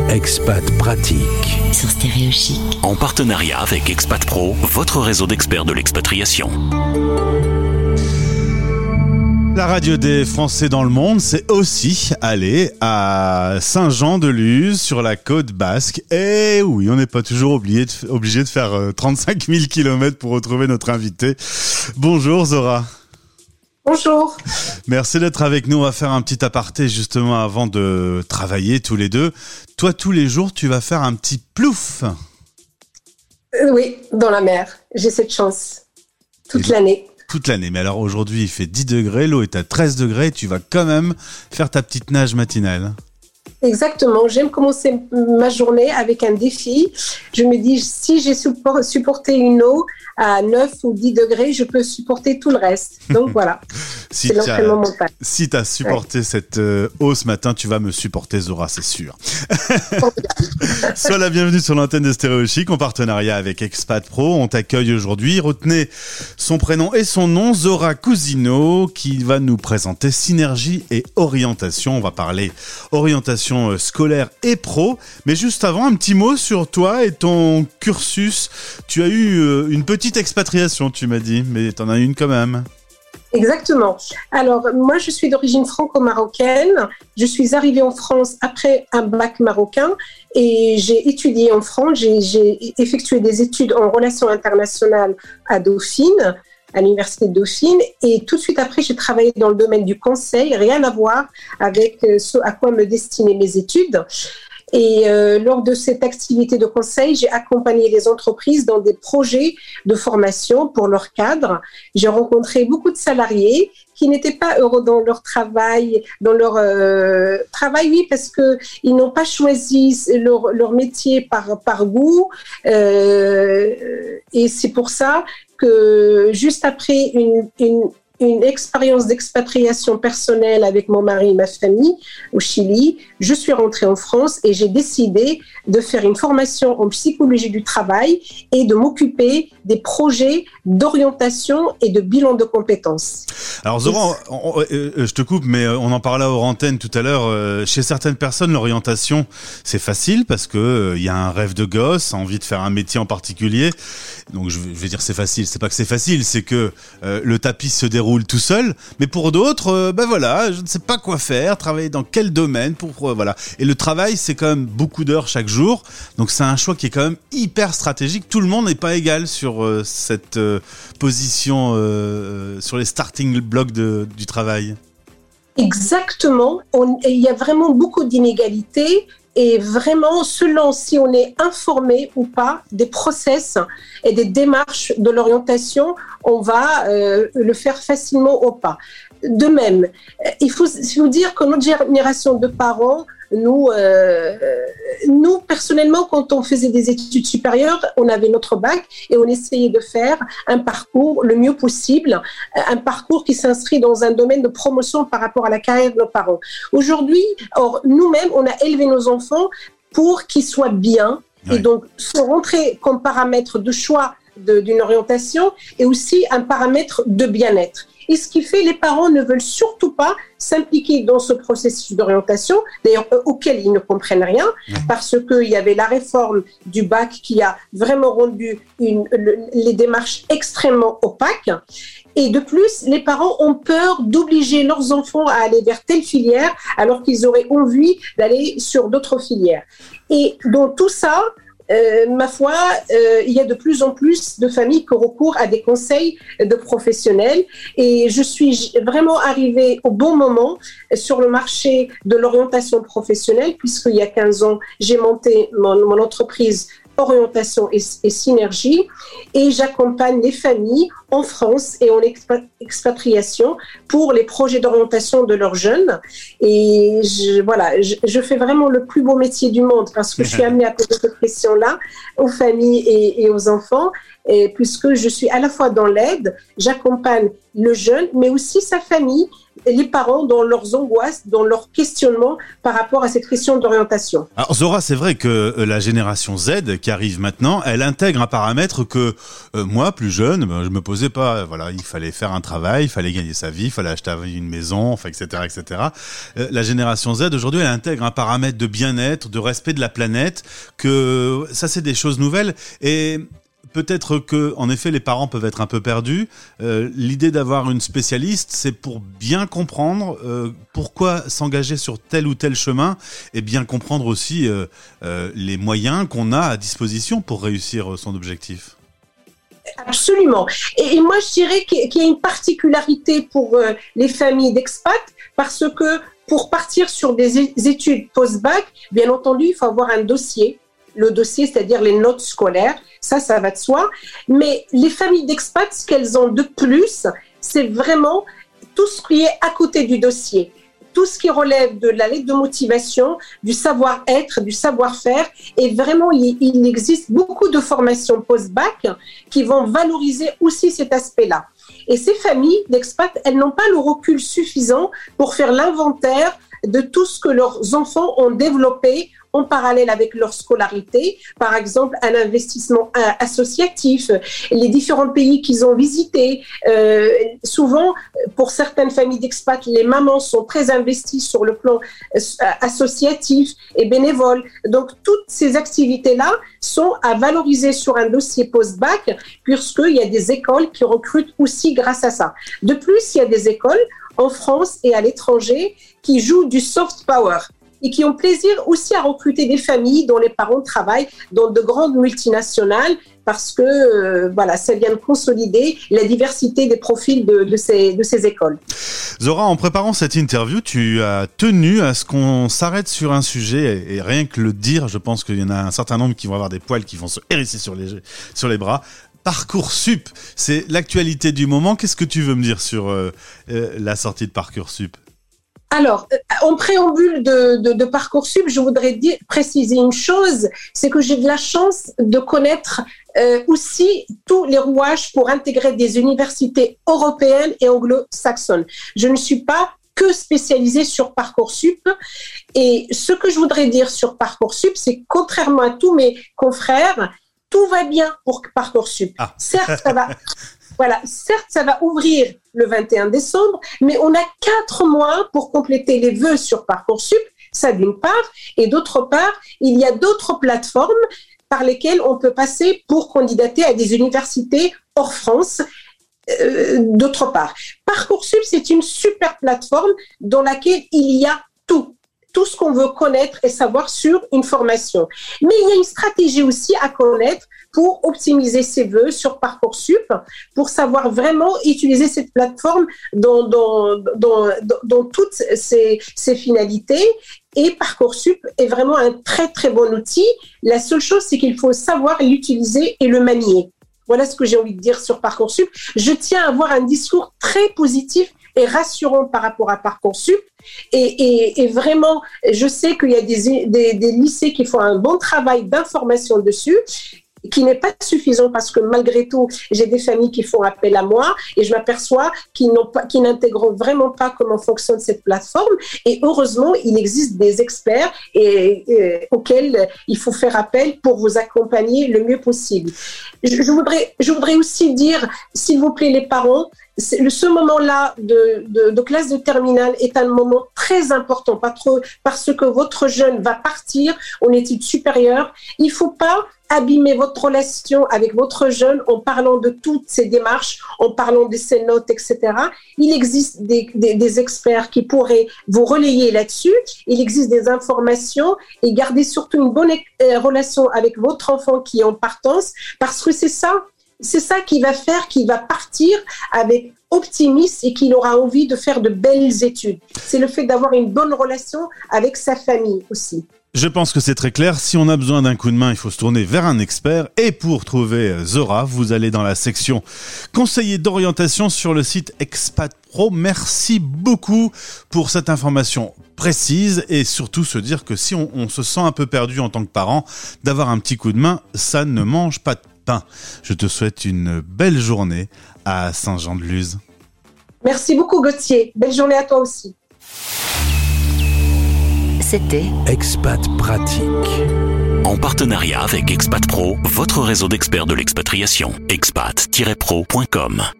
Expat Pratique. Sur Stéréo Chic. En partenariat avec Expat Pro, votre réseau d'experts de l'expatriation. La radio des Français dans le monde, c'est aussi aller à Saint-Jean-de-Luz sur la côte basque. Et oui, on n'est pas toujours obligé de faire 35 000 km pour retrouver notre invité. Bonjour Zora. Bonjour. Merci d'être avec nous. On va faire un petit aparté justement avant de travailler tous les deux. Toi, tous les jours, tu vas faire un petit plouf. Oui, dans la mer. J'ai cette chance. Toute l'année. Toute l'année. Mais alors aujourd'hui, il fait 10 degrés, l'eau est à 13 degrés. Tu vas quand même faire ta petite nage matinale. Exactement. J'aime commencer ma journée avec un défi. Je me dis, si j'ai supporté une eau à 9 ou 10 degrés, je peux supporter tout le reste. Donc voilà, c'est l'entraînement mental. Si tu as supporté cette eau ce matin, tu vas me supporter Zora, c'est sûr. Sois la bienvenue sur l'antenne de Stéréo Chic en partenariat avec Expat Pro. On t'accueille aujourd'hui. Retenez son prénom et son nom, Zora Cousineau, qui va nous présenter synergie et orientation. On va parler orientation scolaire et pro. Mais juste avant, un petit mot sur toi et ton cursus. Tu as eu une petite expatriation, tu m'as dit, mais tu en as une quand même. Exactement. Alors, moi, je suis d'origine franco-marocaine. Je suis arrivée en France après un bac marocain et j'ai étudié en France. J'ai effectué des études en relations internationales à Dauphine, à l'université de Dauphine. Et tout de suite après, j'ai travaillé dans le domaine du conseil, rien à voir avec ce à quoi me destinaient mes études. Et lors de cette activité de conseil, j'ai accompagné les entreprises dans des projets de formation pour leurs cadres. J'ai rencontré beaucoup de salariés qui n'étaient pas heureux dans leur travail, oui, parce que ils n'ont pas choisi leur métier par goût. Et c'est pour ça que juste après une expérience d'expatriation personnelle avec mon mari et ma famille au Chili, je suis rentrée en France et j'ai décidé de faire une formation en psychologie du travail et de m'occuper des projets d'orientation et de bilan de compétences. Alors Zora, je te coupe, mais on en parlait hors antenne tout à l'heure. Chez certaines personnes, l'orientation, c'est facile parce que y a un rêve de gosse, envie de faire un métier en particulier. Donc je vais dire c'est facile. C'est pas que c'est facile, c'est que le tapis se déroule tout seul. Mais pour d'autres, voilà, je ne sais pas quoi faire, travailler dans quel domaine voilà. Et le travail, c'est quand même beaucoup d'heures chaque jour. Donc c'est un choix qui est quand même hyper stratégique. Tout le monde n'est pas égal sur cette position, sur les starting blocks du travail. Exactement. Il y a vraiment beaucoup d'inégalités. Et vraiment, selon si on est informé ou pas des process et des démarches de l'orientation, on va le faire facilement ou pas. De même, il faut dire que notre génération de parents, nous, personnellement, quand on faisait des études supérieures, on avait notre bac et on essayait de faire un parcours le mieux possible, un parcours qui s'inscrit dans un domaine de promotion par rapport à la carrière de nos parents. Aujourd'hui, nous-mêmes, on a élevé nos enfants pour qu'ils soient bien. Oui. Et donc, sont rentrés comme paramètre de choix d'une orientation et aussi un paramètre de bien-être. Et ce qui fait, les parents ne veulent surtout pas s'impliquer dans ce processus d'orientation, d'ailleurs auquel ils ne comprennent rien, parce qu'il y avait la réforme du bac qui a vraiment rendu les démarches extrêmement opaques. Et de plus, les parents ont peur d'obliger leurs enfants à aller vers telle filière, alors qu'ils auraient envie d'aller sur d'autres filières. Et dans tout ça, ma foi, il y a de plus en plus de familles qui recourent à des conseils de professionnels et je suis vraiment arrivée au bon moment sur le marché de l'orientation professionnelle puisqu'il y a 15 ans, j'ai monté mon entreprise orientation et synergie et j'accompagne les familles en France et en expatriation pour les projets d'orientation de leurs jeunes et je fais vraiment le plus beau métier du monde parce que je suis amenée à poser cette question-là aux familles et aux enfants et puisque je suis à la fois dans l'aide, j'accompagne le jeune mais aussi sa famille les parents dans leurs angoisses, dans leurs questionnements par rapport à cette question d'orientation. Alors Zora, c'est vrai que la génération Z qui arrive maintenant, elle intègre un paramètre que moi, plus jeune, je me posais pas. Voilà, il fallait faire un travail, il fallait gagner sa vie, il fallait acheter une maison, enfin, etc., etc. La génération Z aujourd'hui, elle intègre un paramètre de bien-être, de respect de la planète. Que ça, c'est des choses nouvelles et peut-être que, en effet, les parents peuvent être un peu perdus. L'idée d'avoir une spécialiste, c'est pour bien comprendre pourquoi s'engager sur tel ou tel chemin et bien comprendre aussi les moyens qu'on a à disposition pour réussir son objectif. Absolument. Et moi, je dirais qu'il y a une particularité pour les familles d'expats parce que pour partir sur des études post-bac, bien entendu, il faut avoir un dossier. Le dossier, c'est-à-dire les notes scolaires, ça va de soi. Mais les familles d'expats, ce qu'elles ont de plus, c'est vraiment tout ce qui est à côté du dossier. Tout ce qui relève de la lettre de motivation, du savoir-être, du savoir-faire. Et vraiment, il existe beaucoup de formations post-bac qui vont valoriser aussi cet aspect-là. Et ces familles d'expats, elles n'ont pas le recul suffisant pour faire l'inventaire de tout ce que leurs enfants ont développé en parallèle avec leur scolarité, par exemple un investissement associatif, les différents pays qu'ils ont visités. Souvent, pour certaines familles d'expats, les mamans sont très investies sur le plan associatif et bénévole. Donc, toutes ces activités-là sont à valoriser sur un dossier post-bac, puisqu'il y a des écoles qui recrutent aussi grâce à ça. De plus, il y a des écoles en France et à l'étranger qui jouent du soft power et qui ont plaisir aussi à recruter des familles dont les parents travaillent dans de grandes multinationales parce que ça vient de consolider la diversité des profils de ces écoles. Zora, en préparant cette interview, tu as tenu à ce qu'on s'arrête sur un sujet et rien que le dire, je pense qu'il y en a un certain nombre qui vont avoir des poils qui vont se hérisser sur les bras. Parcoursup, c'est l'actualité du moment. Qu'est-ce que tu veux me dire sur la sortie de Parcoursup ? Alors, en préambule de Parcoursup, je voudrais préciser une chose, c'est que j'ai de la chance de connaître aussi tous les rouages pour intégrer des universités européennes et anglo-saxonnes. Je ne suis pas que spécialisée sur Parcoursup. Et ce que je voudrais dire sur Parcoursup, c'est que contrairement à tous mes confrères, tout va bien pour Parcoursup. Ah. Certes, ça va ouvrir le 21 décembre, mais on a 4 mois pour compléter les vœux sur Parcoursup, ça d'une part, et d'autre part, il y a d'autres plateformes par lesquelles on peut passer pour candidater à des universités hors France. D'autre part, Parcoursup, c'est une super plateforme dans laquelle il y a tout ce qu'on veut connaître et savoir sur une formation. Mais il y a une stratégie aussi à connaître pour optimiser ses vœux sur Parcoursup, pour savoir vraiment utiliser cette plateforme dans toutes ses finalités. Et Parcoursup est vraiment un très, très bon outil. La seule chose, c'est qu'il faut savoir l'utiliser et le manier. Voilà ce que j'ai envie de dire sur Parcoursup. Je tiens à avoir un discours très positif et rassurant par rapport à Parcoursup. Et vraiment, je sais qu'il y a des lycées qui font un bon travail d'information dessus, qui n'est pas suffisant parce que malgré tout, j'ai des familles qui font appel à moi et je m'aperçois qu'ils n'intègrent vraiment pas comment fonctionne cette plateforme. Et heureusement, il existe des experts auxquels il faut faire appel pour vous accompagner le mieux possible. Je voudrais aussi dire, s'il vous plaît, les parents, ce moment-là de classe de terminale est un moment très important parce que votre jeune va partir en études supérieures. Il ne faut pas abîmer votre relation avec votre jeune en parlant de toutes ces démarches, en parlant de ses notes, etc. Il existe des experts qui pourraient vous relayer là-dessus. Il existe des informations et gardez surtout une bonne relation avec votre enfant qui est en partance parce que c'est ça qui va faire qu'il va partir avec optimisme et qu'il aura envie de faire de belles études. C'est le fait d'avoir une bonne relation avec sa famille aussi. Je pense que c'est très clair. Si on a besoin d'un coup de main, il faut se tourner vers un expert. Et pour trouver Zora, vous allez dans la section conseiller d'orientation sur le site Expat Pro. Merci beaucoup pour cette information précise et surtout se dire que si on se sent un peu perdu en tant que parent, d'avoir un petit coup de main, ça ne mange pas de pain. Je te souhaite une belle journée à Saint-Jean-de-Luz. Merci beaucoup Gauthier. Belle journée à toi aussi. C'était Expat Pratique. En partenariat avec Expat Pro, votre réseau d'experts de l'expatriation. expat-pro.com